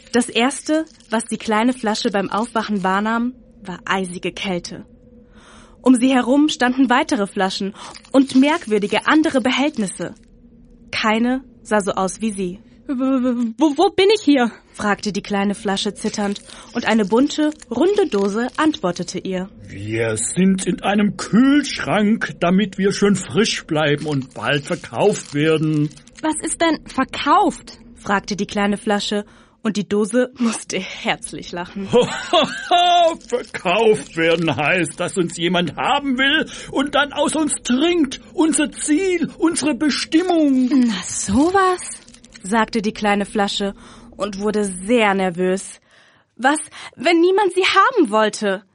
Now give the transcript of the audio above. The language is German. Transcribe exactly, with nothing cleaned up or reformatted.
Das Erste, was die kleine Flasche beim Aufwachen wahrnahm, war eisige Kälte. Um sie herum standen weitere Flaschen und merkwürdige andere Behältnisse. Keine sah so aus wie sie. Wo, wo bin ich hier? Fragte die kleine Flasche zitternd, und eine bunte, runde Dose antwortete ihr. Wir sind in einem Kühlschrank, damit wir schön frisch bleiben und bald verkauft werden. Was ist denn verkauft? Fragte die kleine Flasche, und die Dose musste herzlich lachen. Ho, ho, ho, verkauft werden heißt, dass uns jemand haben will und dann aus uns trinkt. Unser Ziel, unsere Bestimmung. Na sowas, sagte die kleine Flasche und wurde sehr nervös. Was, wenn niemand sie haben wollte?